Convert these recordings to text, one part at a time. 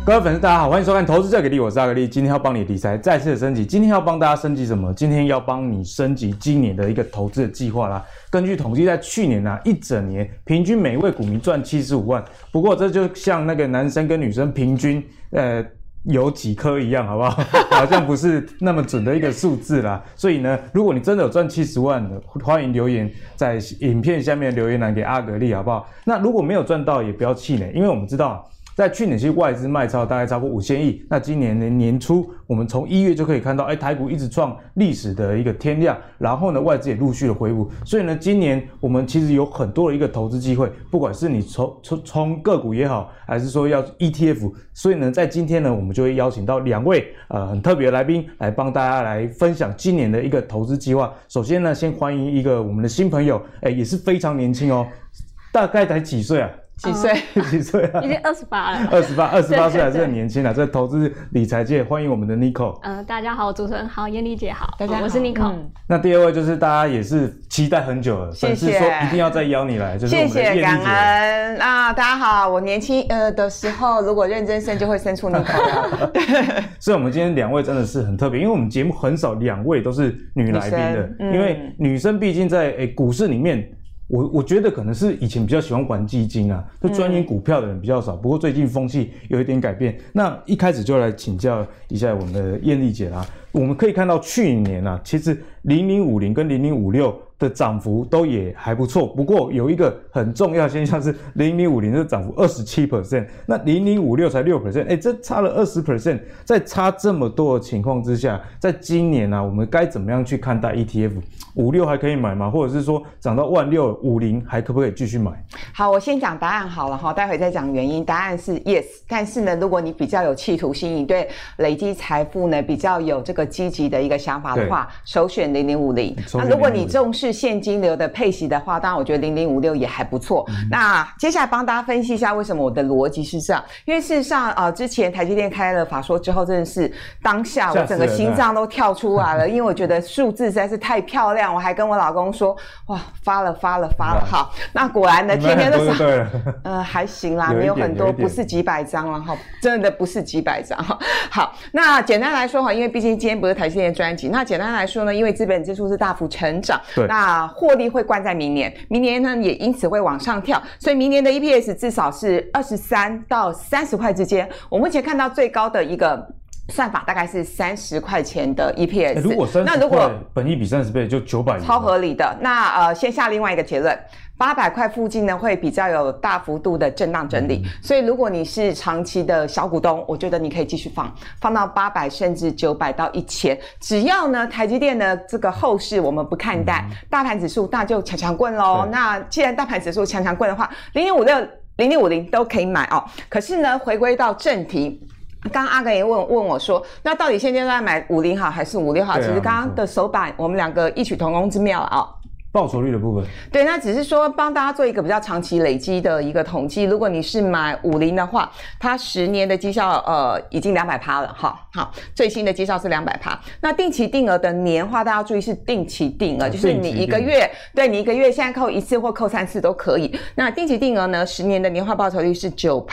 各位粉丝，大家好，欢迎收看《投资最给力》，我是阿格力。今天要帮你理财再次的升级，今天要帮大家升级什么？今天要帮你升级今年的一个投资的计划啦。根据统计，在去年一整年平均每位股民赚75万。不过这就像那个男生跟女生平均有几颗一样，好不好？好像不是那么准的一个数字啦。所以呢，如果你真的有赚70万的，欢迎留言在影片下面留言栏给阿格力，好不好？那如果没有赚到，也不要气馁，因为我们知道，在去年其实外资卖超大概超过5000亿，那今年的年初，我们从1月就可以看到，台股一直创历史的一个天量，然后呢，外资也陆续的回补，所以呢，今年我们其实有很多的一个投资机会，不管是你从个股也好，还是说要 ETF， 所以呢，在今天呢，我们就会邀请到2位很特别的来宾来帮大家来分享今年的一个投资计划。首先呢，先欢迎一个我们的新朋友，也是非常年轻哦，大概才几岁啊？ 几岁？ 几岁啊？ 已经28了。 28岁还是很年轻啊！在投资理财界，欢迎我们的 Nico。 大家好，主持人好，燕丽姐好， 大家好， 我是 Nico。 那第二位就是大家也是期待很久了，粉丝说一定要再邀你来，就是我们的燕丽姐。 谢谢感恩啊！大家好，我年轻的时候，如果认真生，就会生出 Nico 了。 所以我们今天2位真的是很特别，因为我们节目很少2位都是女来宾的，因为女生毕竟在股市里面。我觉得可能是以前比较喜欢玩基金啊，就钻研股票的人比较少。不过最近风气有一点改变，那一开始就来请教一下我们的燕丽姐啦。我们可以看到去年其实0050跟0056的涨幅都也还不错，不过有一个很重要的现象是0050的涨幅 27%， 那0056才 6%， 这差了 20%， 在差这么多的情况之下，在今年我们该怎么样去看待 ETF？56还可以买吗？或者是说涨到16050还可不可以继续买？ 好，我先讲答案好了哈，待会再讲原因。答案是 yes， 但是呢，如果你比较有企图心，你对累积财富呢比较有这个积极的一个想法的话，首选0050。那如果你重视现金流的配息的话，当然我觉得0056也还不错。那接下来帮大家分析一下为什么我的逻辑是这样，因为事实上之前台积电开了法说之后，真的是当下我整个心脏都跳出来了，因为我觉得数字实在是太漂亮。我还跟我老公说，哇，发了。好，那果然呢，天天都是还行啦，没有很多，不是几百张了哈，真的不是几百张哈。好，那简单来说哈，因为毕竟今天不是台积电的专辑，那简单来说呢，因为资本支出是大幅成长，那获利会灌在明年，明年呢也因此会往上跳，所以明年的 EPS 至少是23到30块之间。我目前看到最高的一个算法大概是30块钱的 EPS， 如果30块本益比30倍就900元， 超合理的。那先下另外一个结论，800块附近呢会比较有大幅度的震荡整理，所以如果你是长期的小股东，我觉得你可以继续放到800甚至900到1000，只要呢台积电的这个后市我们不看淡，大盘指数那就强棍咯。那既然大盘指数强棍的话，0056、0050都可以买哦。可是呢，回归到正题。刚刚阿格也问我说，那到底现阶段买50好还是56好？其实刚刚的手板我们2个异曲同工之妙啊。 报酬率的部分，对， 那只是说帮大家做一个比较长期累积的一个统计。如果你是买50的话，它10年的绩效已经200%了哈。好，最新的绩效是200%。那定期定额的年化，大家注意是定期定额，就是你一个月，对你一个月现在扣1次或扣3次都可以。那定期定额呢，10年的年化报酬率是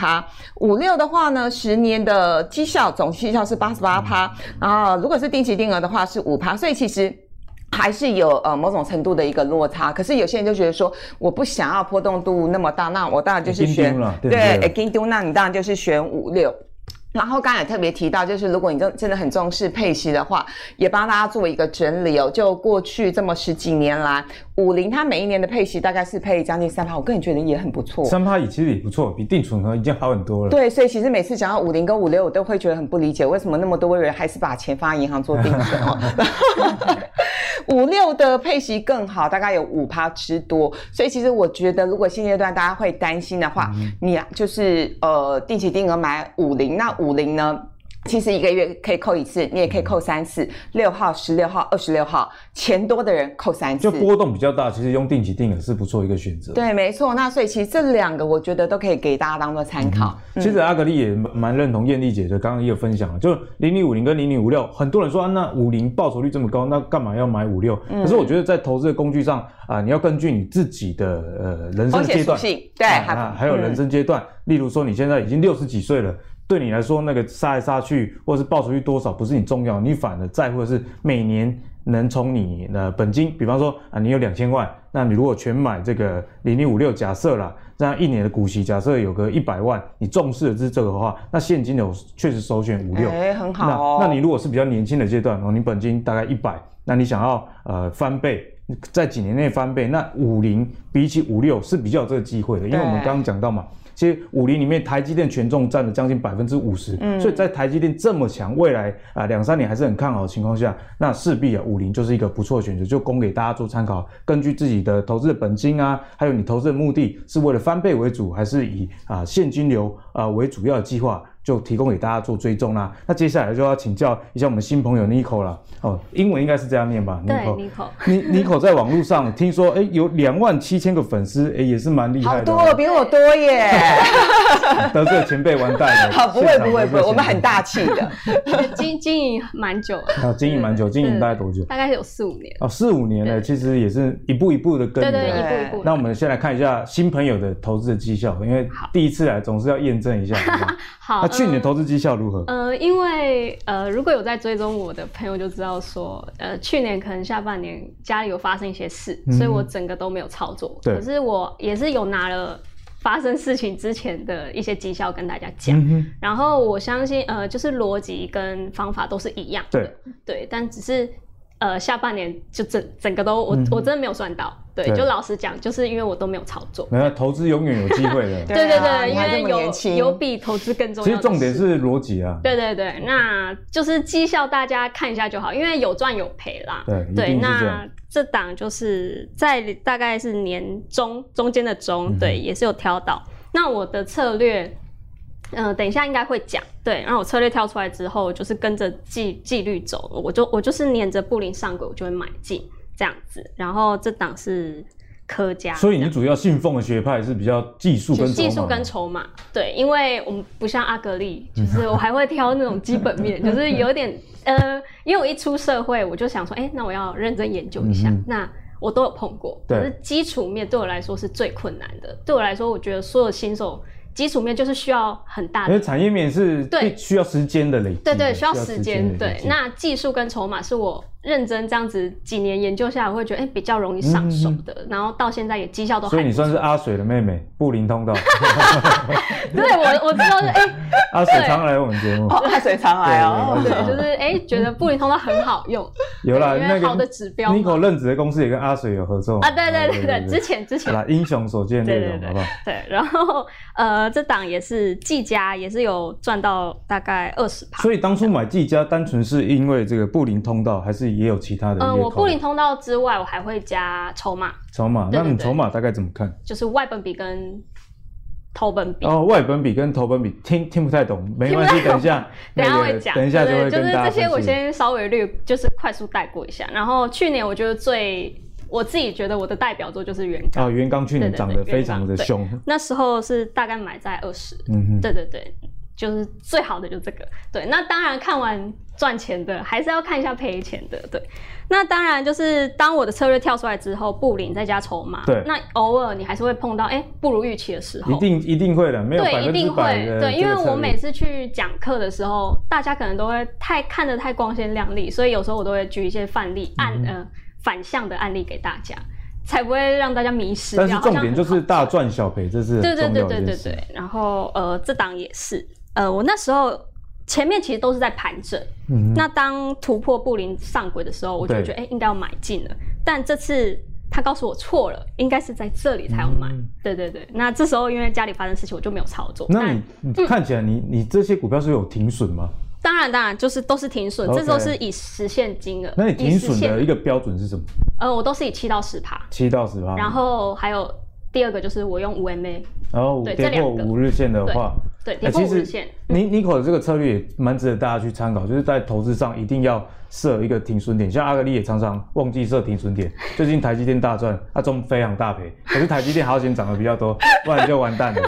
9%。56的话呢，10年的绩效总绩效是 88%，然后如果是定期定额的话是 5%， 所以其实还是有某种程度的一个落差，可是有些人就觉得说我不想要波动度那么大，那我当然就是选那你当然就是选56。然后刚才也特别提到，就是如果你真的很重视配息的话，也帮大家做一个整理哦。就过去这么10几年来，50它每一年的配息大概是配将近 3%， 我个人觉得也很不错。 3%其实也不错，比定存已经好很多了。 对，所以其实每次讲到50跟56，我都会觉得很不理解，为什么那么多人还是把钱放在银行做定存哦。56的配息更好，大概有 5% 之多。所以其实我觉得，如果现阶段大家会担心的话，你就是定期定额买50，那50呢？其实一个月可以扣1次，你也可以扣3次，6号、16号、26号，钱多的人扣3次， 就波动比较大，其实用定期定额是不错一个选择。 对，没错。那所以其实这2个我觉得都可以给大家当做参考。 其实阿格力也蛮认同燕丽姐的，刚刚也有分享了，就0050跟0056，很多人说那50报酬率这么高，那干嘛要买56？可是我觉得在投资的工具上你要根据你自己的人生的阶段， 对， 还有人生阶段，例如说你现在已经60几岁了。 对你来说那个杀来杀去或是报酬率多少不是你重要，你反而在乎的是每年能从你的本金，比方说你有2000万，那你如果全买这个0056，假设啦，这样一年的股息假设有个100万，你重视的是这个的话，那现金流确实首选56， 很好那你如果是比较年轻的阶段，你本金大概100，那你想要翻倍，在几年内翻倍，那50比起56是比较有这个机会的，因为我们刚刚讲到嘛。其实50里面台积电权重占了将近50%，所以在台积电这么强，未来2-3年还是很看好的情况下，那势必50就是一个不错的选择，就供给大家做参考。根据自己的投资的本金还有你投资的目的是为了翻倍为主，还是以现金流为主要的计划，就提供给大家做追踪啦。那接下来就要请教一下我们新朋友 Nico 啦。英文应该是这样念吧 ？Nico 在网络上听说，有27000个粉丝，也是蛮厉害的。 好多，比我多耶！ 得罪前辈完蛋了。 好，不会，我们很大气的。 经营蛮久了。 经营蛮久，经营大概多久？ 大概有4-5年。 4-5年了，其实也是一步一步的跟。 对，一步一步。 那我们先来看一下新朋友的投资的绩效，因为第一次来总是要验证一下。 好， 那去年的投资绩效如何？ 因为如果有在追踪我的朋友就知道说，去年可能下半年家里有发生一些事，所以我整个都没有操作。可是我也是有拿了发生事情之前的一些绩效跟大家讲，然后我相信就是逻辑跟方法都是一样的，对，但只是下半年就整个都我真的没有算到。对，就老实讲，就是因为我都没有操作。 没有投资永远有机会的。 对，因为有比投资更重要的。 其实重点是逻辑啊。 对，那就是绩效大家看一下就好，因为有赚有赔啦。 对， 那这档就是在大概是年中间的中，对，也是有挑到。那我的策略。等一下应该会讲，对，然后我策略跳出来之后，就是跟着纪律走，我就是黏着布林上轨，我就会买进这样子。然后这档是科嘉， 所以你主要信奉的学派是比较技术跟筹码，对，因为我们不像阿格力，就是我还会挑那种基本面，就是有点因为我一出社会，我就想说，那我要认真研究一下，那我都有碰过，可是基础面对我来说是最困难的。对我来说，我觉得所有新手。基础面就是需要很大的， 因为产业面是需要时间的累积， 对，需要时间。对，那技术跟筹码是我认真这样子几年研究下来，我会觉得比较容易上手的，然后到现在也绩效都还不错。 所以你算是阿水的妹妹，布林通道。 对，我知道是阿水常来我们节目， 阿水常来对，就是觉得布林通道很好用， 有啦， 因为好的指标。 Nico 任职的公司也跟阿水有合作对，之前好啦，英雄所见略同，好不好？ 对，然后这档也是技嘉，也是有赚到大概20%。 所以当初买技嘉，单纯是因为这个布林通道，还是也有其他的？ 我布林通道之外，我还会加筹码。 那你筹码大概怎么看？ 就是外本比跟投本比。 外本比跟投本比，听不太懂，没关系，等一下会讲， 等一下就会跟大家分析。 就是这些我先稍微就是快速带过一下。然后去年我觉得我自己觉得我的代表作就是元刚。 元刚去年涨得非常的凶， 那时候是大概买在20。对，就是最好的就这个。对，那当然看完赚钱的，还是要看一下赔钱的。对，那当然就是当我的策略跳出来之后，布林再加筹码， 对， 那偶尔你还是会碰到不如预期的时候， 一定会的，没有100%的。 对，因为我每次去讲课的时候，大家可能都会看得太光鲜亮丽，所以有时候我都会举一些范例反向的案例给大家。才不会让大家迷失。 但是重点就是大赚小赔，这是很重要的一件事。 对。然后这档也是，我那时候前面其实都是在盘整，那当突破布林上轨的时候，我就觉得应该要买进了。但这次他告诉我错了，应该是在这里才要买。对。那这时候因为家里发生事情，我就没有操作。 那你看起来你这些股票是有停损吗？ 当然，就是都是停损，这都是以实现金额。 那你停损的一个标准是什么？ 我都是以7到10%。 7到10%。然后还有第二个就是我用5MA。 然后跌破5日线的话， 对，跌破5日线。 Nico 的这个策略也蛮值得大家去参考，就是在投资上一定要设一个停损点。像阿格力也常常忘记设停损点。最近台积电大赚，中非常大赔，可是台积电好险涨得比较多，不然就完蛋了。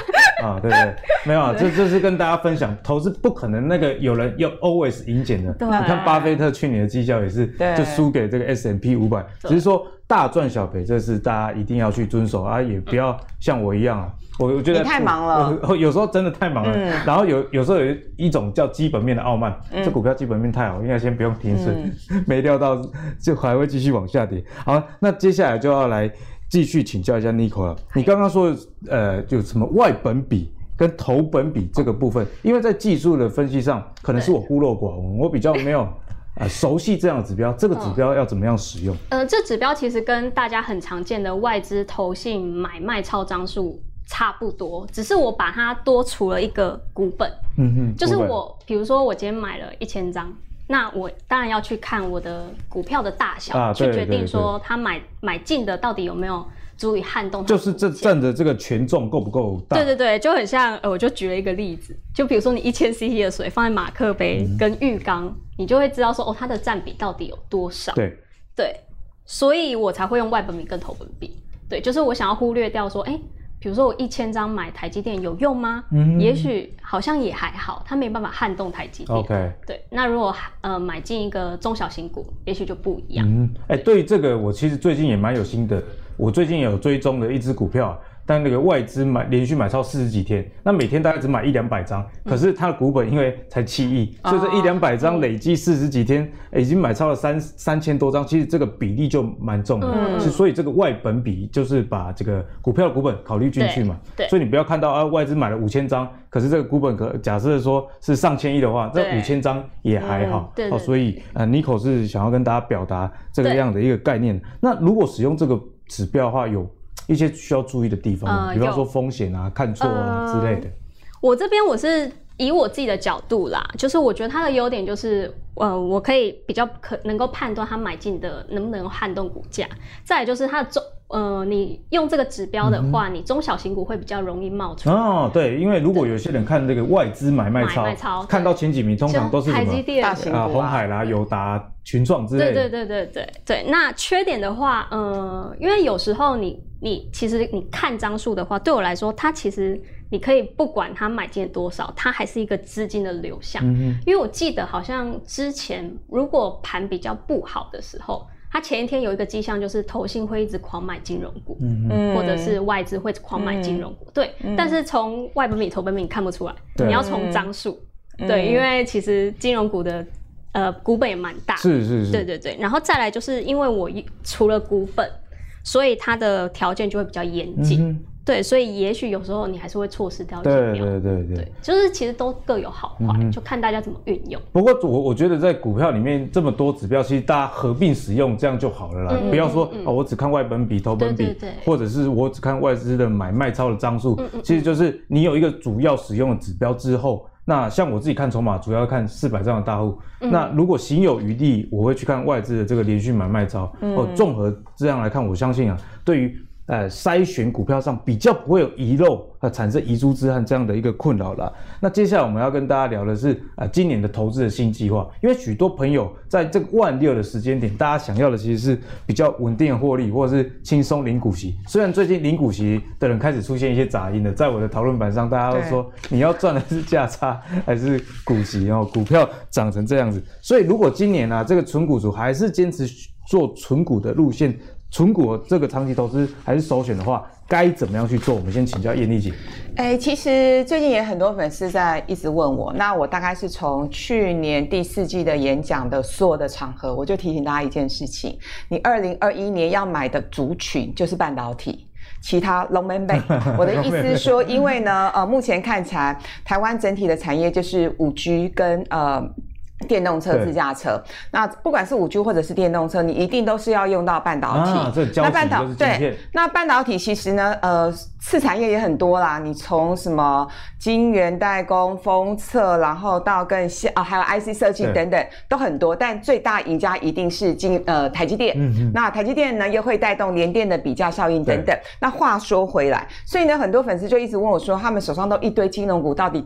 啊，对不对？没有啊，这是跟大家分享，投资不可能那个有人要 always 赢钱的。你看巴菲特去年的绩效也是，就输给这个 S&P 500，只是说大赚小赔，这是大家一定要去遵守啊，也不要像我一样啊。我觉得你太忙了， 我有时候真的太忙了。然后有时候有一种叫基本面的傲慢，这股票基本面太好，应该先不用停损，没料到就还会继续往下跌。好，那接下来就要来继续请教一下 Nico 了。你刚刚说就什么外本比跟投本比这个部分，因为在技术的分析上，可能是我孤陋寡闻，我比较没有熟悉这样的指标，这个指标要怎么样使用？ 这指标其实跟大家很常见的外资投信买卖超张数差不多，只是我把它多除了一个股本。就是我比如说我今天买了1000张，那我当然要去看我的股票的大小，去决定说它买进的到底有没有足以撼动它， 就是这占的这个权重够不够大？ 对，就很像我就举了一个例子，就比如说你1000 CC 的水放在马克杯跟浴缸，你就会知道说它的占比到底有多少。对，所以我才会用外本比跟投本比。对，就是我想要忽略掉说比如说我1000张买台积电有用吗？也许好像也还好，它没办法撼动台积电。 OK， 对，那如果买进一个中小型股，也许就不一样。 对于这个我其实最近也蛮有心得，我最近也有追踪的一只股票，但那个外资连续买超40几天，那每天大概只买100-200张，可是它的股本因为才7亿，所以这100-200张累计40几天，已经买超了3000多张，其实这个比例就蛮重的。所以这个外本比就是把这个股票的股本考虑进去嘛。 对， 所以你不要看到外资买了5000张，可是这个股本假设说是上千亿的话，这5000张也还好。所以Nico 是想要跟大家表达这个样的一个概念。那如果使用这个指标的话，有一些需要注意的地方，比方说风险啊、看错啊之类的。 我这边我是以我自己的角度啦，就是我觉得它的优点就是，我可以比较能够判断它买进的能不能撼动股价。再来就是它的你用这个指标的话，你中小型股会比较容易冒出来。 对，因为如果有些人看这个外资买卖超，看到前几名通常都是什么台积电、 大型股鸿海啦、友达、群创之类的。对。那缺点的话，因为有时候其实你看张数的话，对我来说，它其实你可以不管它买进多少，它还是一个资金的流向。因为我记得好像之前如果盘比较不好的时候，它前一天有一个迹象，就是投信会一直狂买金融股，或者是外资会狂买金融股。对，但是从外本比、投本比看不出来，你要从张数。对，因为其实金融股的股本也蛮大。 是。 对。然后再来就是因为我除了股本，所以它的条件就会比较严谨。对，所以也许有时候你还是会错失掉一些标的。对，就是其实都各有好坏，就看大家怎么运用。 不过我觉得在股票里面这么多指标，其实大家合并使用这样就好了啦。不要说我只看外本比、投本比，或者是我只看外资的买卖超的张数。其实就是你有一个主要使用的指标之后，那像我自己看筹码，主要看400张的大户。那如果行有余力，我会去看外资的这个连续买卖超。综合这样来看，我相信对于筛选股票上比较不会有遗漏产生遗珠之憾这样的一个困扰啦。那接下来我们要跟大家聊的是今年的投资的新计划，因为许多朋友在这个16000的时间点，大家想要的其实是比较稳定的获利，或者是轻松领股息。虽然最近领股息的人开始出现一些杂音了，在我的讨论板上，大家都说你要赚的是价差还是股息，然后股票涨成这样子。所以如果今年这个存股族还是坚持做存股的路线，存股这个长期投资还是首选的话，该怎么样去做？我们先请教燕丽姐。 其实最近也很多粉丝在一直问我，那我大概是从去年第4季的演讲的所有的场合，我就提醒大家一件事情：你2021年要买的族群就是半导体。其他龙门北，我的意思是说，因为呢，目前看起来台湾整体的产业就是5G 跟电动车、自驾车，那不管是5G 或者是电动车，你一定都是要用到半导体。 那半导体对， 那半导体其实呢，次产业也很多啦。你从什么晶圆代工、封测，然后到更还有 IC 设计等等，都很多。但最大赢家一定是台积电。那台积电呢，又会带动联电的比价效应等等。那话说回来，所以呢，很多粉丝就一直问我说，他们手上都一堆金融股，到底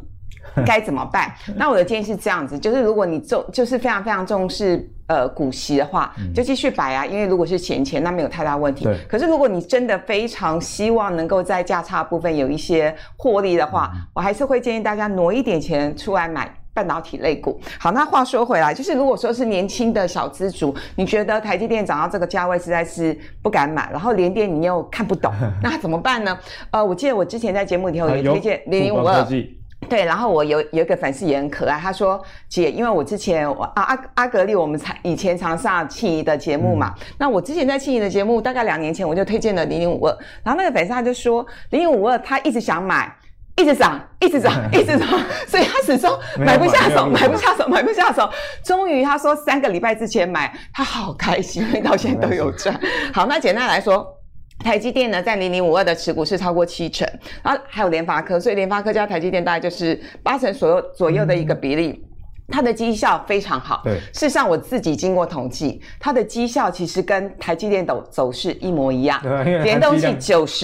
该怎么办？那我的建议是这样子，就是如果你就是非常非常重视股息的话，就继续摆啊，因为如果是钱那没有太大问题。可是如果你真的非常希望能够在价差部分有一些获利的话，我还是会建议大家挪一点钱出来买半导体类股。好，那话说回来，就是如果说是年轻的小资族，你觉得台积电涨到这个价位实在是不敢买，然后联电你又看不懂，那怎么办呢？我记得我之前在节目里头也推荐0052。对，然后我有一个粉丝也很可爱，他说姐，因为我之前阿格力我们以前常上庆宜的节目嘛，那我之前在庆宜的节目大概2年前我就推荐了0052，然后那个粉丝他就说0052他一直想买，一直涨，所以他始终买不下手。终于他说3个礼拜之前买，他好开心，因为到现在都有赚。好，那简单来说，台积电呢，在0052的持股是超过70%，然后还有联发科，所以联发科加台积电大概就是80%左右的一个比例。它的绩效非常好，对，事实上我自己经过统计，它的绩效其实跟台积电走势一模一样，联动性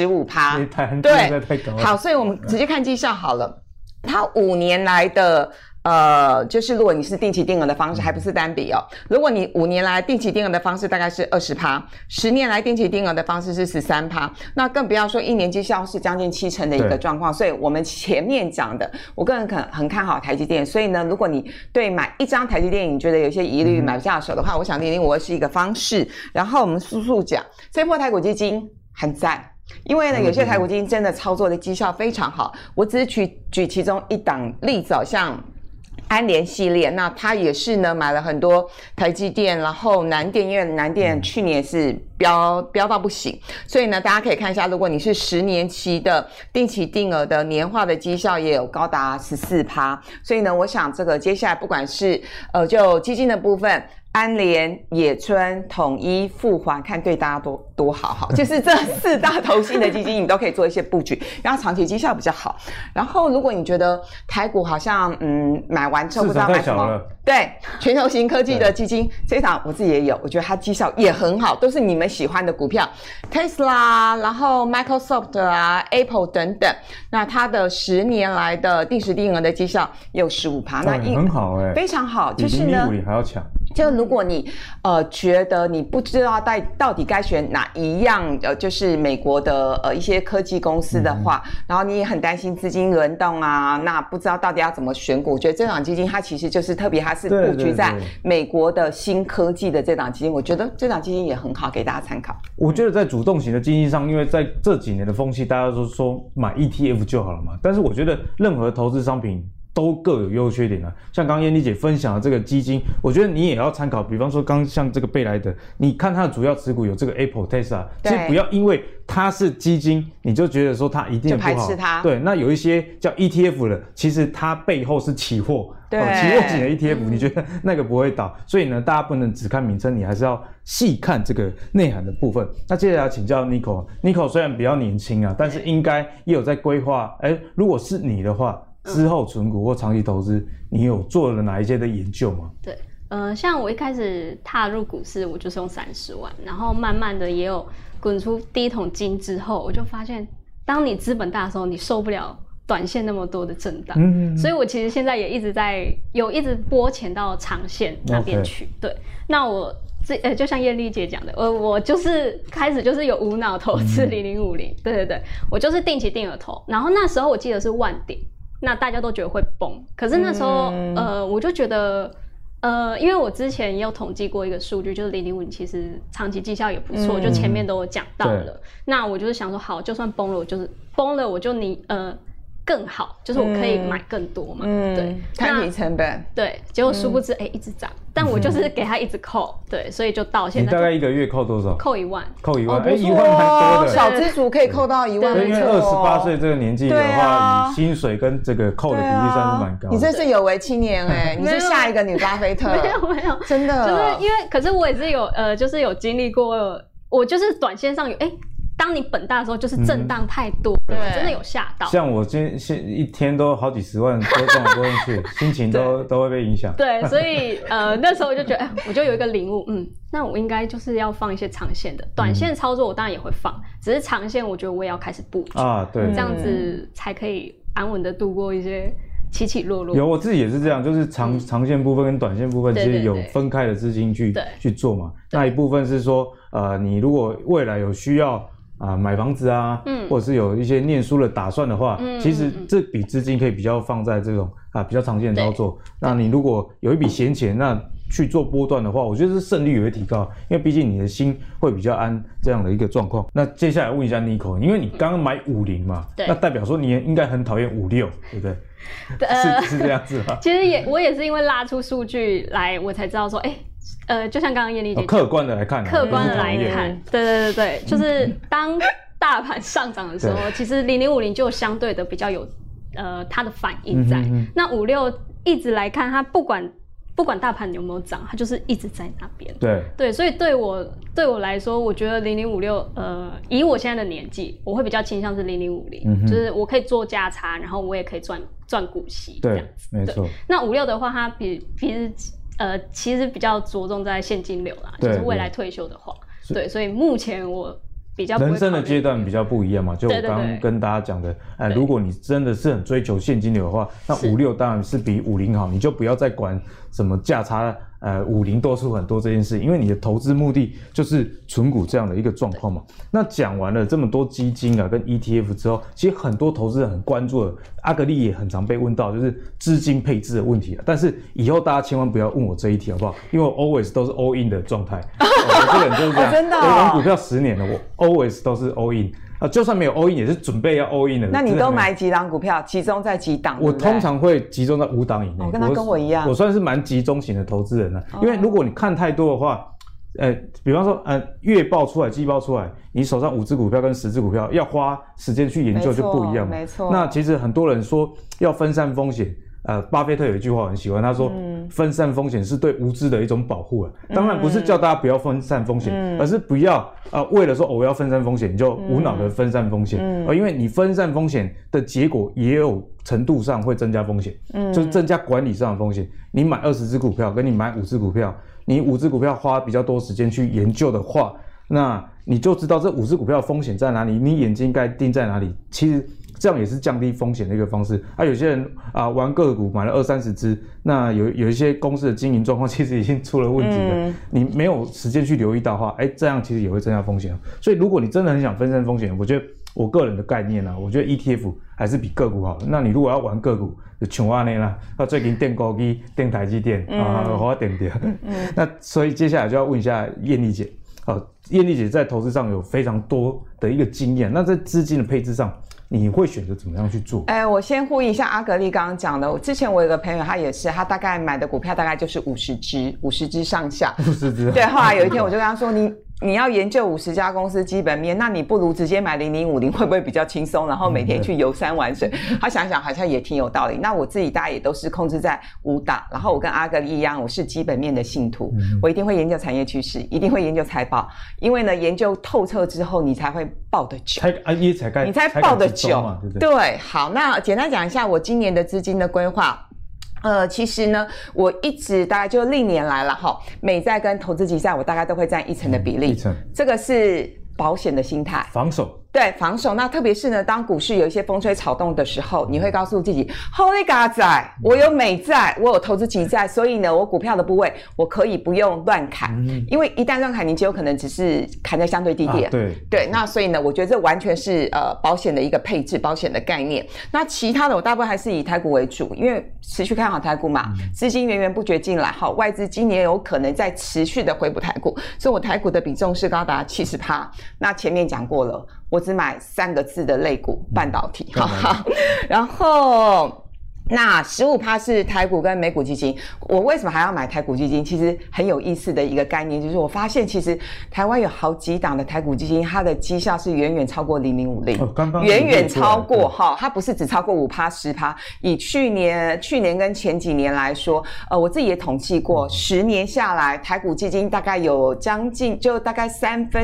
95%，对，好，所以我们直接看绩效好了，它5年来的。就是如果你是定期定额的方式，还不是单笔哦。如果你5年来定期定额的方式大概是20%，10年来定期定额的方式是13%，那更不要说1年绩效是将近70%的一个状况。所以我们前面讲的，我个人很看好台积电。所以呢，如果你对买一张台积电你觉得有些疑虑买不下手的话，我想0052是一个方式。然后我们速速讲，这波台股基金很赞。因为呢，有些台股基金真的操作的绩效非常好。我只是举其中一档例子，像安联系列，那它也是呢买了很多台积电，然后南电，因为南电去年是飙到不行，所以呢大家可以看一下，如果你是10年期的定期定额的年化的绩效也有高达14%，所以呢我想这个接下来不管是就基金的部分，安联、野村、统一、富环，看对大家多好，就是这4大投信的基金，你都可以做一些布局，然后长期绩效比较好。然后如果你觉得台股好像买完之后不知道买什么，对，全球型科技的基金，这一档我自己也有，我觉得它绩效也很好，都是你们喜欢的股票 ，Tesla， 然后 Microsoft 啊 ，Apple 等等，那它的10年来的定时定额的绩效也有15%，那很好非常好，就是呢， 比0050还要强。 就如果你觉得你不知道到底该选哪一样就是美国的一些科技公司的话，然后你也很担心资金轮动啊，那不知道到底要怎么选股，我觉得这档基金它其实就是特别它是布局在美国的新科技的这档基金，我觉得这档基金也很好给大家参考。 我觉得在主动型的基金上，因为在这几年的风气，大家都说买 ETF 就好了嘛，但是我觉得任何投资商品都各有优缺点啊。像刚刚燕妮姐分享的这个基金，我觉得你也要参考。比方说，刚像这个贝莱德，你看它的主要持股有这个 Apple、Tesla， 其实不要因为它是基金，你就觉得说它一定不好，就排斥它。对，那有一些叫 ETF 的，其实它背后是期货，期货型的 ETF，你觉得那个不会倒。所以呢，大家不能只看名称，你还是要细看这个内涵的部分。那接下来请教 Nico，Nico 虽然比较年轻啊，但是应该也有在规划。如果是你的话，之后存股或长期投资，你有做了哪一些的研究吗？ 对，像我一开始踏入股市，我就是用30万，然后慢慢的也有滚出第一桶金之后，我就发现，当你资本大的时候，你受不了短线那么多的震荡，所以我其实现在也一直拨钱到长线那边去。对，那我就像燕丽姐讲的，我就是开始就是有无脑投资0050，对，我就是定期定额投，然后那时候我记得是万点。那大家都觉得会崩，可是那时候我就觉得因为我之前也有统计过一个数据，就是0050其实长期绩效也不错，就前面都有讲到了。那我就是想说，好，就算崩了，我就是崩了，我就更好，就是我可以买更多嘛。对， 摊平成本。 对，结果殊不知一直涨，但我就是给他一直扣，对，所以就到现在。 你大概一个月扣多少？ 扣1万。 扣1万 ，1 万蛮多的。 小资族可以扣到1万， 对，因为28岁这个年纪的话，你薪水跟这个扣的比例算是蛮高的。 你真是有为青年你是下一个女巴菲特。 没有， 真的。 就是因为，可是我也是有就是有经历过，我就是短线上有当你本大的时候，就是震荡太多，真的有吓到。 像我一天都好几十万都这样过去，心情都会被影响。 对，所以那时候我就觉得，我就有一个领悟，那我应该就是要放一些长线的，短线操作我当然也会放，只是长线我觉得我也要开始布局啊，对，这样子才可以安稳的度过一些起起落落。 有，我自己也是这样，就是长线部分跟短线部分，其实有分开的资金去做嘛。那一部分是说，你如果未来有需要买房子啊，或者是有一些念书的打算的话，其实这笔资金可以比较放在这种比较长线的操作。那你如果有一笔闲钱，那去做波段的话，我觉得是胜率也会提高，因为毕竟你的心会比较安这样的一个状况。那接下来问一下 Nico， 因为你刚刚买50嘛，那代表说你应该很讨厌56，对不对？是这样子吗？ 其实我也是因为拉出数据来，我才知道说，就像刚刚燕丽姐讲， 客观的来看， 客观的来看，对，就是当大盘上涨的时候，其实0050就相对的比较有它的反应在。那56一直来看，它不管大盘有没有涨，它就是一直在那边。对，所以对我来说，我觉得0056，以我现在的年纪，我会比较倾向是0050，就是我可以做价差，然后我也可以赚股息，这样子。 没错。 那56的话，它其实比较着重在现金流啦，就是未来退休的话，对，所以目前我比较不会人生的阶段比较不一样嘛，就我刚刚跟大家讲的，如果你真的是很追求现金流的话，那56当然是比50好，你就不要再管什么价差，50多出很多这件事，因为你的投资目的就是存股这样的一个状况嘛。那讲完了这么多基金跟 ETF 之后，其实很多投资人很关注的，阿格力也很常被问到，就是资金配置的问题。但是以后大家千万不要问我这一题好不好？因为我 always 都是 all in 的状态，我这个人就是这样， 真的我玩股票10年了，我 always 都是 all in。就算没有 all in 也是准备要 all in 的。 那你都买几档股票？集中在几档？ 我通常会集中在5档以内。 跟他跟我一样， 我算是蛮集中型的投资人了。因为如果你看太多的话，比方说月报出来、季报出来，你手上5只股票跟10只股票，要花时间去研究就不一样嘛。 没错。 那其实很多人说要分散风险。巴菲特有一句话我很喜欢，他说分散风险是对无知的一种保护当然不是叫大家不要分散风险，而是不要为了说我要分散风险，你就无脑的分散风险，因为你分散风险的结果也有程度上会增加风险，就是增加管理上的风险。你买20只股票跟你买5只股票，你5只股票花比较多时间去研究的话，那你就知道这5只股票的风险在哪里，你眼睛该盯在哪里。其实这样也是降低风险的一个方式。有些人玩个股买了20-30只，那有一些公司的经营状况其实已经出了问题了，你没有时间去留意到的话，这样其实也会增加风险。所以如果你真的很想分散风险，我觉得我个人的概念我觉得 ETF 还是比个股好的。那你如果要玩个股，就像我这样啦，最近电高机、电台积电我点。那所以接下来就要问一下燕丽姐，燕丽姐在投资上有非常多的一个经验，那在资金的配置上，你会选择怎么样去做？ 我先呼应一下阿格力刚刚讲的。之前我有个朋友，他也是，他大概买的股票大概就是50只上下。 50只。 对，后来有一天我就跟他说，你要研究50家公司基本面，那你不如直接买0050，会不会比较轻松？然后每天去游山玩水。他想想好像也挺有道理。那我自己大概也都是控制在5档，然后我跟阿格力一样，我是基本面的信徒，我一定会研究产业趋势，一定会研究财报，因为呢，研究透彻之后，你才会抱得久，你才抱得久嘛，对不对？对，好，那简单讲一下我今年的资金的规划。其实呢，我一直大概就历年来了美债跟投资级债，我大概都会占1成的比例，这个是保险的心态， 防守。 对，防守。那特别是呢，当股市有一些风吹草动的时候，你会告诉自己 Holy God 仔，我有美债，我有投资级债，所以呢，我股票的部位我可以不用乱砍，因为一旦乱砍，你就有可能只是砍在相对低点。对，那所以呢，我觉得这完全是保险的一个配置，保险的概念。那其他的我大部分还是以台股为主，因为持续看好台股嘛，资金源源不绝进来，外资今年有可能在持续的回补台股，所以我台股的比重是高达70%。那前面讲过了，我只买3个字的类股，半导体。然后那15%是台股跟美股基金。我为什么还要买台股基金？其实很有意思的一个概念，就是我发现其实台湾有好几档的台股基金，它的绩效是远远超过0050，远远超过它不是只超过5%、10%。以去年跟前几年来说，我自己也统计过，10年下来，台股基金大概有将近就大概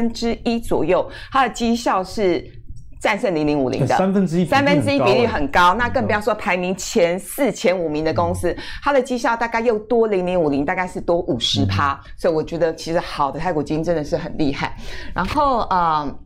1/3左右，它的绩效是战胜0050的1/3比例很高。那更不要说排名前4、前5名的公司，它的绩效大概又多0050，大概是多50%。所以我觉得其实好的台股基金真的是很厉害。然后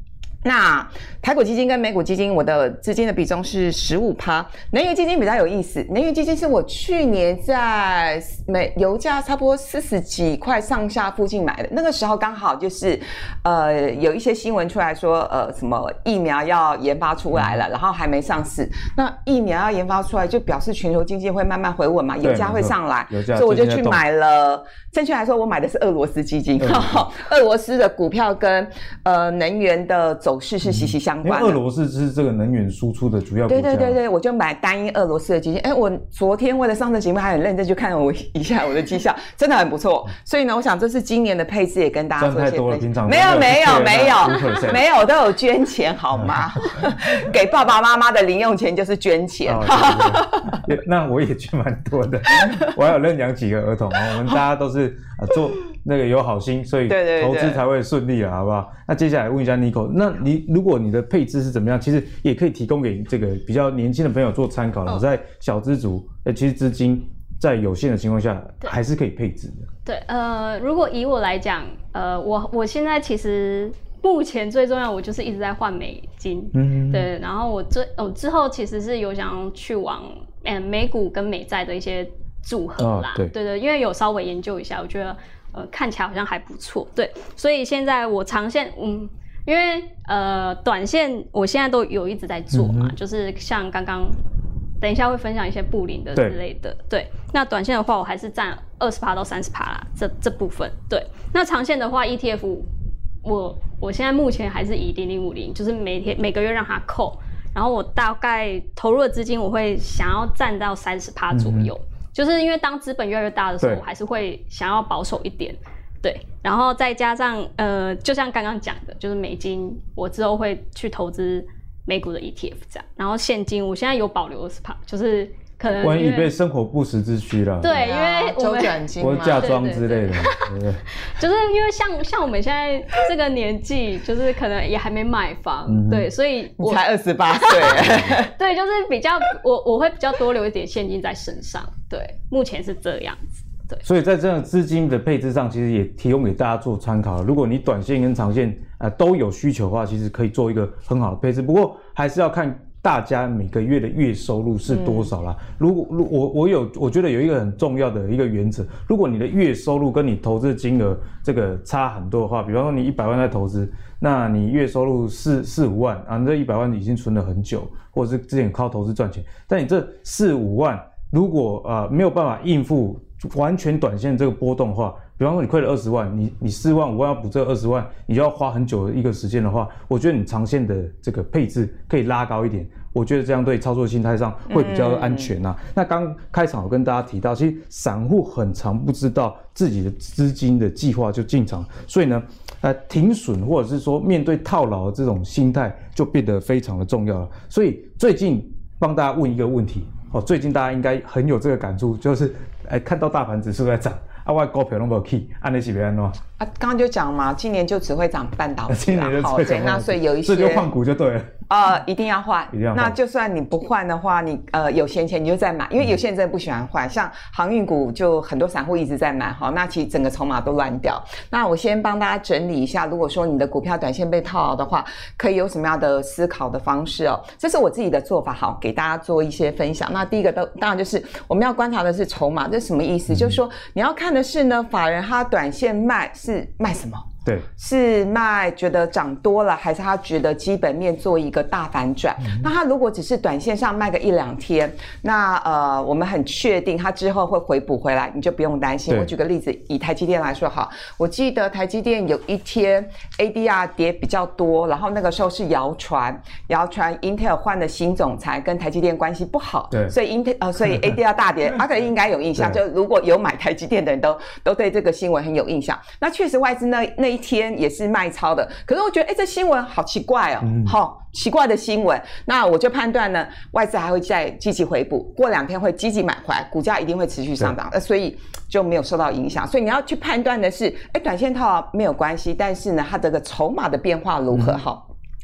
那台股基金跟美股基金，我的资金的比重是15%。能源基金比较有意思，能源基金是我去年在油价差不多40几块上下附近买的，那个时候刚好就是有一些新闻出来说什么疫苗要研发出来了，然后还没上市。那疫苗要研发出来，就表示全球经济会慢慢回稳嘛，油价会上来，所以我就去买了。正确来说，我买的是俄罗斯基金，俄罗斯的股票跟能源的走势是息息相关的。 因为俄罗斯是这个能源输出的主要国家。 对，我就买单一俄罗斯的基金。我昨天为了上这节目还很认真去看了一下我的绩效，真的很不错。所以呢，我想这是今年的配置，也跟大家做一些分享。没有，我都有捐钱好吗？给爸爸妈妈的零用钱就是捐钱。 对，那我也捐蛮多的，我还有认养几个儿童啊，我们大家都是做那个有好心，所以投资才会顺利啊，好不好？那接下来问一下 Nico， 那如果你的配置是怎么样，其实也可以提供给这个比较年轻的朋友做参考。在小资族，其实资金在有限的情况下，还是可以配置的。 对，如果以我来讲，我现在其实目前最重要，我就是一直在换美金，对，然后我之后其实是有想去往美股跟美债的一些组合啦，对，因为有稍微研究一下，我觉得看起来好像还不错，对，所以现在我长线，因为短线我现在都有一直在做嘛，就是像刚刚等一下会分享一些布林的之类的，对，那短线的话我还是占20%到30%啦，这部分，对，那长线的话 ETF 我现在目前还是以0050，就是每个月让它扣，然后我大概投入的资金我会想要占到30%左右。就是因为当资本越来越大的时候，我还是会想要保守一点，对，然后再加上就像刚刚讲的，就是美金，我之后会去投资美股的 ETF 这样，然后现金我现在有保留20%，就是可能万一被生活不时之需了， 对，因为周转金或者嫁妆之类的，对， 就是因为像我们现在这个年纪，就是可能也还没买房，对，所以你才28岁， 对，就是比较我会比较多留一点现金在身上，对，目前是这样子。对， 所以在这样资金的配置上，其实也提供给大家做参考。如果你短线跟长线都有需求的话，其实可以做一个很好的配置。不过还是要看大家每个月的月收入是多少啦。如果我觉得有一个很重要的一个原则，如果你的月收入跟你投资金额这个差很多的话，比方说你100万在投资，那你月收入4-5万啊，你这100万已经存了很久，或者是之前靠投资赚钱，但你这4-5万如果没有办法应付完全短线这个波动的话，比方说你亏了20万，你4万5万要补这20万，你就要花很久的一个时间的话，我觉得你长线的这个配置可以拉高一点，我觉得这样对操作心态上会比较安全啊。那刚开场我跟大家提到，其实散户很常不知道自己的资金的计划就进场，所以呢，停损或者是说面对套牢的这种心态就变得非常的重要了。所以最近帮大家问一个问题。最近大家应该很有这个感触，就是看到大盘指数在涨，我的股票都没有起，这样是要怎样？ 刚刚就讲嘛，今年就只会涨半导体， 今年就只会涨半导体， 那所以有一些这就换股就对了。 一定要换，那就算你不换的话，你有闲钱你就再买，因为有些人真的不喜欢换，像航运股就很多散户一直在买，那其实整个筹码都乱掉。那我先帮大家整理一下，如果说你的股票短线被套牢的话，可以有什么样的思考的方式哦？这是我自己的做法，好，给大家做一些分享。那第一个当然就是我们要观察的是筹码，这是什么意思？就是说你要看的是呢，法人他短线卖是卖什么？ 对， 是卖觉得涨多了，还是他觉得基本面做一个大反转？那他如果只是短线上卖个1-2天，那我们很确定他之后会回补回来，你就不用担心。我举个例子，以台积电来说好，我记得台积电有一天 ADR 跌比较多，然后那个时候是谣传 Intel 换了新总裁，跟台积电关系不好，对，所以所以 ADR 大跌，阿可应该有印象，就如果有买台积电的人都对这个新闻很有印象。那确实外资那一天也是卖超的，可是我觉得这新闻好奇怪哦，奇怪的新闻，那我就判断呢，外资还会再积极回补，过2天会积极买回来，股价一定会持续上涨，所以就没有受到影响。所以你要去判断的是，短线套没有关系，但是呢，它这个筹码的变化如何？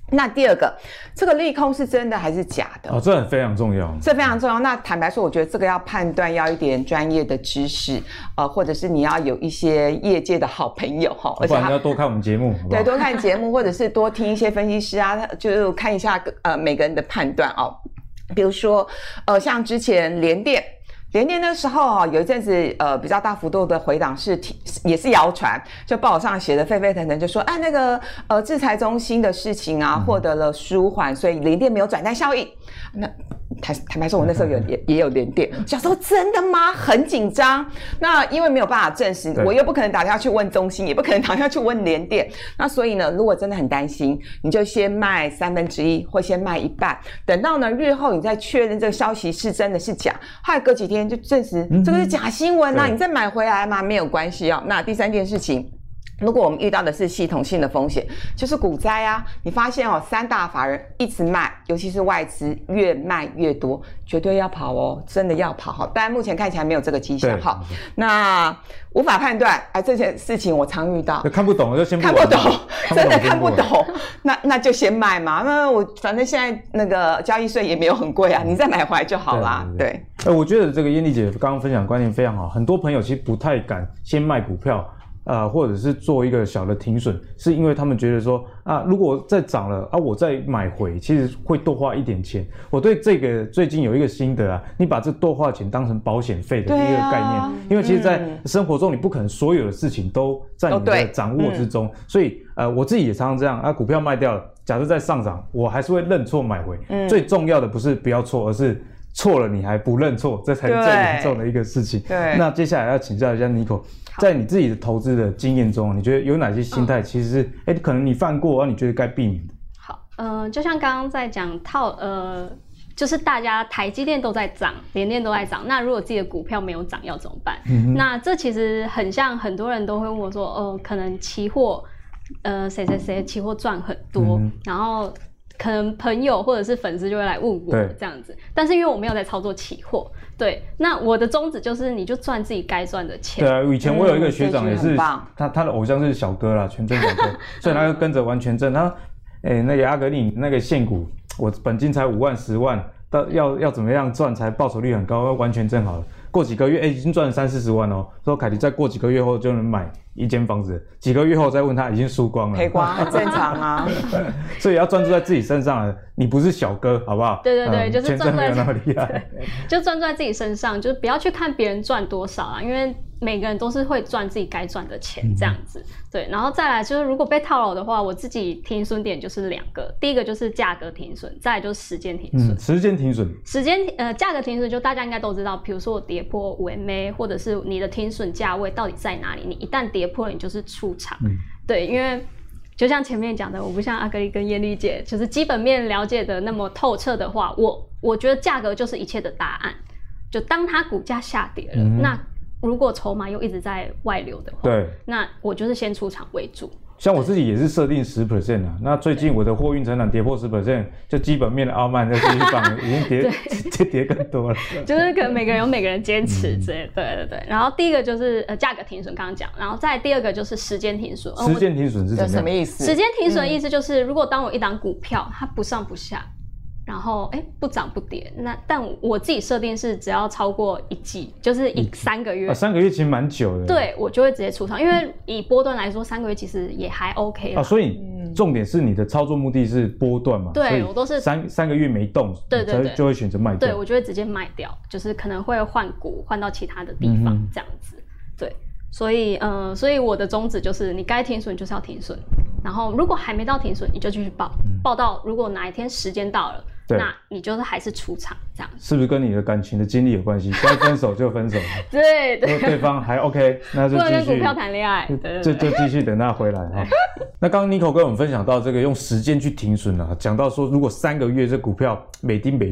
那第二个，这个利空是真的还是假的？ 哦，这很非常重要， 这非常重要。那坦白说，我觉得这个要判断要一点专业的知识，或者是你要有一些业界的好朋友哈， 而且要多看我们节目， 对，多看节目，或者是多听一些分析师啊，就是看一下每个人的判断哦。比如说像之前联电那时候有一阵子比较大幅度的回档也是谣传，就报纸上写的沸沸腾腾，就说那个制裁中心的事情啊获得了舒缓，所以联电没有转单效应。那坦白说，我那时候也有联电，想说真的吗？很紧张。那因为没有办法证实，我又不可能打电话去问中心，也不可能打电话去问联电。那所以呢，如果真的很担心，你就先卖1/3，或先卖一半，等到呢日后你再确认这个消息是真的是假，后来隔几天就证实这个是假新闻啊，你再买回来嘛，没有关系啊。那第三件事情。如果我们遇到的是系统性的风险，就是股灾啊，你发现3大法人一直卖，尤其是外资越卖越多，绝对要跑哦，真的要跑哈。但目前看起来没有这个迹象哈。那无法判断，这件事情我常遇到， 看不懂就先看不懂，真的看不懂，那就先卖嘛。那我反正现在那个交易税也没有很贵啊，你再买回来就好啦。对， 我觉得这个燕俐姐刚刚分享的观念非常好，很多朋友其实不太敢先卖股票。或者是做一个小的停损，是因为他们觉得说如果再涨了我再买回，其实会多花一点钱。我对这个最近有一个心得你把这多花钱当成保险费的一个概念，因为其实在生活中你不可能所有的事情都在你的掌握之中，所以我自己也常常这样股票卖掉了，假设在上涨，我还是会认错买回。最重要的不是不要错，而是错了你还不认错，这才是最严重的一个事情。 对， 那接下来要请教一下 Nico， 在你自己的投资的经验中，你觉得有哪些心态其实是可能你犯过你觉得该避免的？ 好，就像刚刚在讲就是大家台积电都在涨，联电都在涨，那如果自己的股票没有涨要怎么办？那这其实很像很多人都会问我说，可能期货谁期货赚很多，然后可能朋友或者是粉丝就会来问我这样子，但是因为我没有在操作期货，对，那我的宗旨就是你就赚自己该赚的钱。 对啊，以前我有一个学长也是，他的偶像是小哥啦，全真小哥，所以他就跟着玩全真。他那个阿格力那个现股，我本金才5万10万，要怎么样赚才报酬率很高，要完全正好了。过几个月已经赚了30-40万哦，说凯迪再过几个月后就能买一间房子，几个月后再问他已经输光了， 赔光正常啊。 所以要专注在自己身上了，你不是小哥，好不好？ 对对对，就是专注在那么厉害， 就专注在自己身上，就是不要去看别人赚多少啊，因为每个人都是会赚自己该赚的钱这样子。对，然后再来就是如果被套牢的话，我自己停损点就是2个，第一个就是价格停损，再来就是时间停损。 时间停损， 价格停损就大家应该都知道，比如说我跌破5MA， 或者是你的停损价位到底在哪里，你一旦跌破了，你就是出场。对，因为就像前面讲的，我不像阿格丽跟燕俐姐，就是基本面了解的那么透彻的话，我觉得价格就是一切的答案。就当它股价下跌了，那如果筹码又一直在外流的话， 对， 那我就是先出场为主。 像我自己也是设定10% 啊，那最近我的货运成长跌破10%，就基本面的傲慢就继续放，已经跌更多了。 就是可能每个人有每个人坚持之类的，对对对。然后第一个就是价格停损，刚刚讲，然后再第二个就是时间停损。 时间停损是怎么样？ 什么意思？ 时间停损的意思就是，如果当我一档股票它不上不下，然后不涨不跌，但我自己设定是只要超过1季，就是3个月。 3个月其实蛮久的。 对，我就会直接出场，因为以波段来说，3个月其实也还 OK 啦。 所以重点是你的操作目的是波段嘛？ 对，我都是 3个月没动，对，就会选择卖掉。 对，我就会直接卖掉，就是可能会换股换到其他的地方这样子。对，所以我的宗旨就是你该停损就是要停损，然后如果还没到停损，你就继续报到如果哪一天时间到了，那你就是还是出场这样。 是不是跟你的感情的经历有关系？该分手就分手。 对对， 对方还 OK， 那就继续。 不能跟股票谈恋爱， 就继续等他回来哈。那刚刚 Nico 跟我们分享到这个用时间去停损啊，讲到说如果3个月这股票每丁每当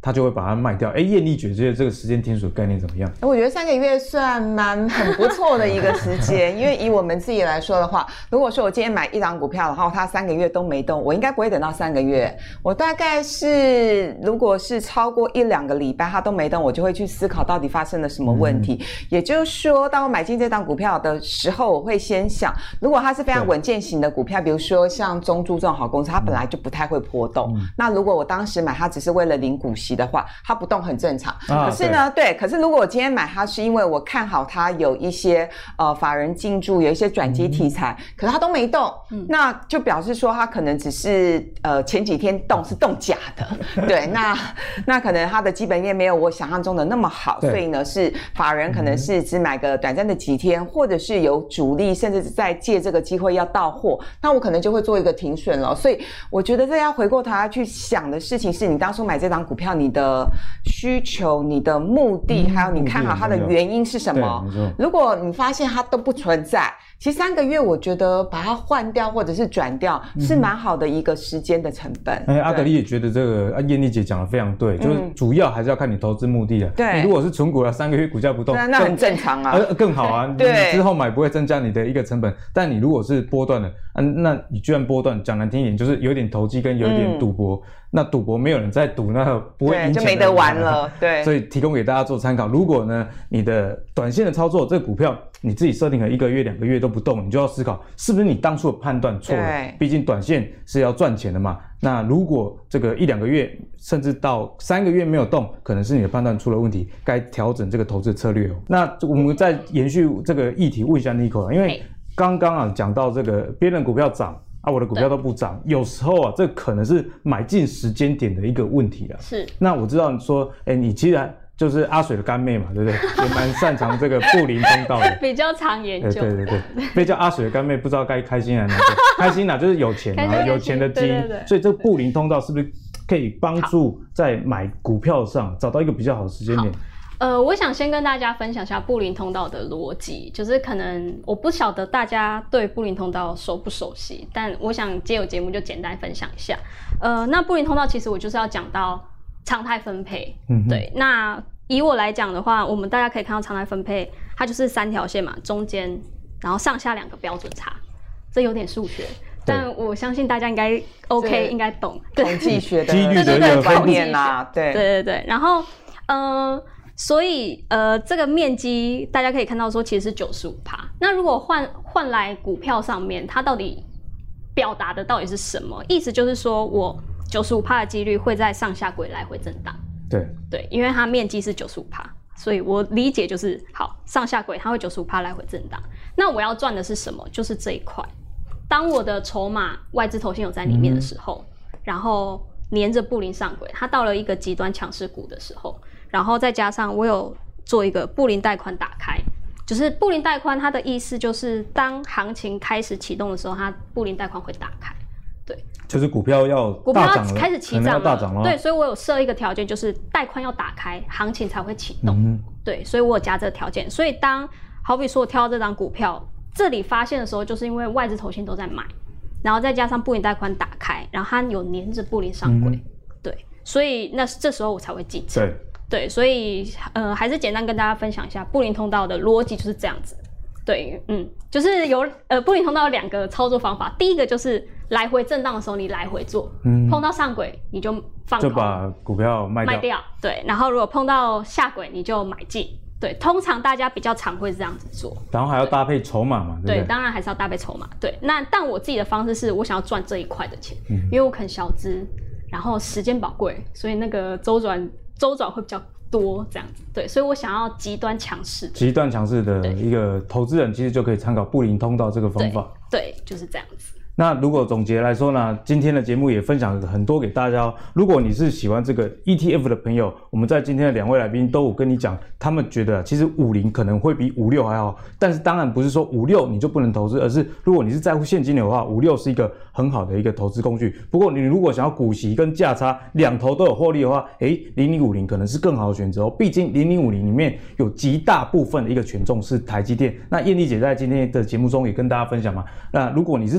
他就会把它卖掉。燕丽觉得这个时间天数的概念怎么样？ 我觉得3个月算很不错的一个时间，因为以我们自己来说的话，如果说我今天买一档股票，然后它3个月都没动，我应该不会等到3个月，我大概是如果是超过1-2个礼拜它都没动，我就会去思考到底发生了什么问题。也就是说，当我买进这档股票的时候，我会先想，如果它是非常稳健型的股票，比如说像中租这种好公司，它本来就不太会波动。那如果我当时买它只是为了领股息的话，它不动很正常。可是呢，对，可是如果我今天买它是因为我看好它有一些法人进驻，有一些转机题材，可是它都没动，那就表示说它可能只是前几天动是动假的。对，那可能它的基本面没有我想象中的那么好，所以呢是法人可能是只买个短暂的几天，或者是有主力甚至在借这个机会要到货，那我可能就会做一个停损了。所以我觉得这要回过头来去想的事情是，你当初买这档股票，你的需求、你的目的，还有你看好它的原因是什么？如果你发现它都不存在，其实3个月我觉得把它换掉或者是转掉是蛮好的一个时间的成本。 阿格丽也觉得这个燕丽姐讲的非常对，就是主要还是要看你投资目的的。 对， 你如果是纯股3个月股价不动， 那很正常啊， 更好啊。 对， 你之后买不会增加你的一个成本，但你如果是波段的，那你居然波段，讲难听一点，就是有点投机跟有点赌博。那赌博没有人在赌，那不会赢钱的， 就没得玩了。对， 所以提供给大家做参考。如果呢，你的短线的操作，这个股票你自己设定了1个月、2个月都不动，你就要思考是不是你当初的判断错了。毕竟短线是要赚钱的嘛。那如果这个1-2个月，甚至到3个月没有动，可能是你的判断出了问题，该调整这个投资策略。那我们再延续这个议题，问一下 Nico， 因为刚刚讲到这个别人股票涨。我的股票都不涨，有时候这可能是买进时间点的一个问题了。 是。 那我知道你说，你其实就是阿水的干妹嘛，对不对？也蛮擅长这个布林通道的， 比较常研究。 对，被叫阿水的干妹，不知道该开心还是难过。开心啦，就是有钱啊，有钱的基因。所以这个布林通道是不是可以帮助在买股票上找到一个比较好的时间点？ 我想先跟大家分享一下布林通道的逻辑，就是可能我不晓得大家对布林通道熟不熟悉，但我想借由节目就简单分享一下。那布林通道其实我就是要讲到常态分配，对。那以我来讲的话，我们大家可以看到常态分配，它就是3条线嘛，中间，然后上下2个标准差，这有点数学。但我相信大家应该 OK， 应该懂统计学的几率的一个观念啊， 对。然后所以这个面积大家可以看到说其实是95%。那如果换来股票上面，它到底表达的到底是什么？意思就是说我95%的几率会在上下轨来回震荡。对，因为它面积是95%，所以我理解就是好，上下轨它会95%来回震荡。那我要赚的是什么？就是这一块。当我的筹码外资投信有在里面的时候，然后黏着布林上轨，它到了一个极端强势股的时候，然后再加上我有做一个布林带宽打开，就是布林带宽它的意思就是当行情开始启动的时候，它布林带宽会打开。对， 就是股票要大涨了， 开始起涨了， 大涨了。 对，所以我有设一个条件，就是带宽要打开，行情才会启动。对，所以我有加这个条件。所以好比说我挑到这张股票，这里发现的时候，就是因为外资投信都在买，然后再加上布林带宽打开，然后它有黏着布林上轨，对，所以这时候我才会进场。对，所以还是简单跟大家分享一下布林通道的逻辑就是这样子。对，就是有布林通道有2个操作方法，第一个就是来回震荡的时候你来回做，碰到上轨你就放空， 就把股票卖掉。 对，然后如果碰到下轨你就买进。对，通常大家比较常会这样子做， 然后还要搭配筹码嘛，对不对？ 对，当然还是要搭配筹码。对，但我自己的方式是我想要赚这一块的钱，因为我肯小资，然后时间宝贵，所以那个周转会比较多这样子。对，所以我想要极端强势的一个投资人，其实就可以参考布林通道这个方法。 对，就是这样子。 那如果总结来说呢，今天的节目也分享了很多给大家。如果你是喜欢这个 ETF 的朋友，我们在今天的2位来宾都有跟你讲，他们觉得其实50可能会比56还好。但是当然不是说56你就不能投资，而是如果你是在乎现金流的话，56是一个很好的一个投资工具。不过你如果想要股息跟价差2头都有获利的话，0050可能是更好的选择哦。毕竟0050里面有极大部分的一个权重是台积电。那燕丽姐在今天的节目中也跟大家分享嘛，那如果你是真的那么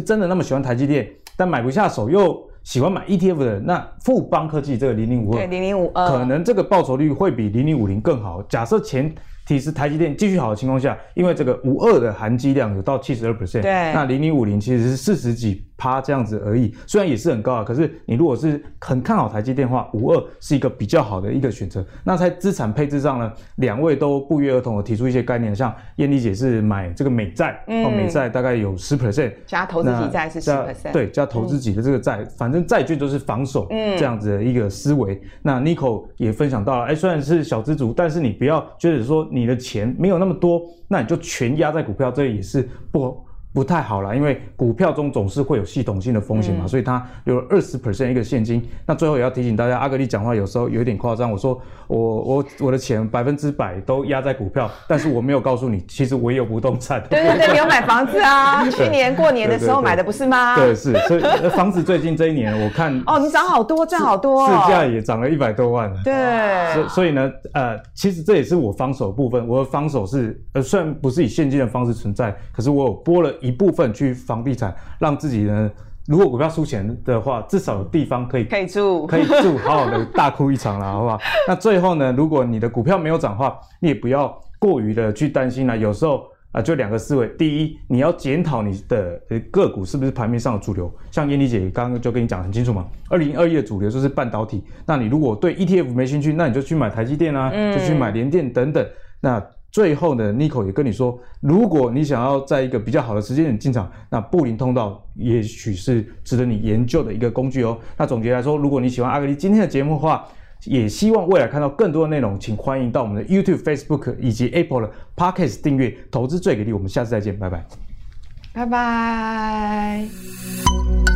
么喜欢台积电，但买不下手又喜欢买 ETF 的人，那富邦科技这个0052， 对0052， 可能这个报酬率会比0050更好。假设前提是台积电继续好的情况下，因为这个52的含积量有到 72%， 对， 那0050其实是40几%这样子而已，虽然也是很高啊，可是你如果是很看好台积电的话，52是一个比较好的一个选择。那在资产配置上呢，两位都不约而同的提出一些概念，像燕妮姐是买这个美债，美债大概有 10%， 加投资级债是 10%， 对，加投资级的这个债，反正债券都是防守这样子的一个思维。那 Nico 也分享到了，虽然是小资族，但是你不要觉得说你的钱没有那么多，那你就全压在股票，这也是不太好啦，因为股票中总是会有系统性的风险嘛，所以它留了 20% 一个现金。那最后也要提醒大家，阿格力讲话有时候有一点夸张，我说我的钱100%都压在股票，但是我没有告诉你，其实我也有不动产。 对，你有买房子啊？去年过年的时候买的不是吗？ 对，是，所以房子最近这一年我看你涨好多，赚好多， 市价也涨了100多万了。 对， 所以呢，其实这也是我防守的部分。我的防守是虽然不是以现金的方式存在，可是我有拨了一部分去房地产，让自己呢，如果股票输钱的话，至少有地方可以住，好好的大哭一场啦，好不好？那最后呢，如果你的股票没有涨的话，你也不要过于的去担心啦。有时候就两个思维，第一，你要检讨你的个股是不是盘面上的主流，像燕妮姐刚刚就跟你讲很清楚嘛，2021的主流就是半导体。那你如果对 ETF 没兴趣，那你就去买台积电啊，就去买联电等等。那最后呢 Nico 也跟你说，如果你想要在一个比较好的时间点进场，那布林通道也许是值得你研究的一个工具哦。那总结来说，如果你喜欢阿格力今天的节目的话，也希望未来看到更多的内容，请欢迎到我们的 YouTube、Facebook 以及 Apple 的 Podcast 订阅投资最给力。我们下次再见，拜拜， 拜拜。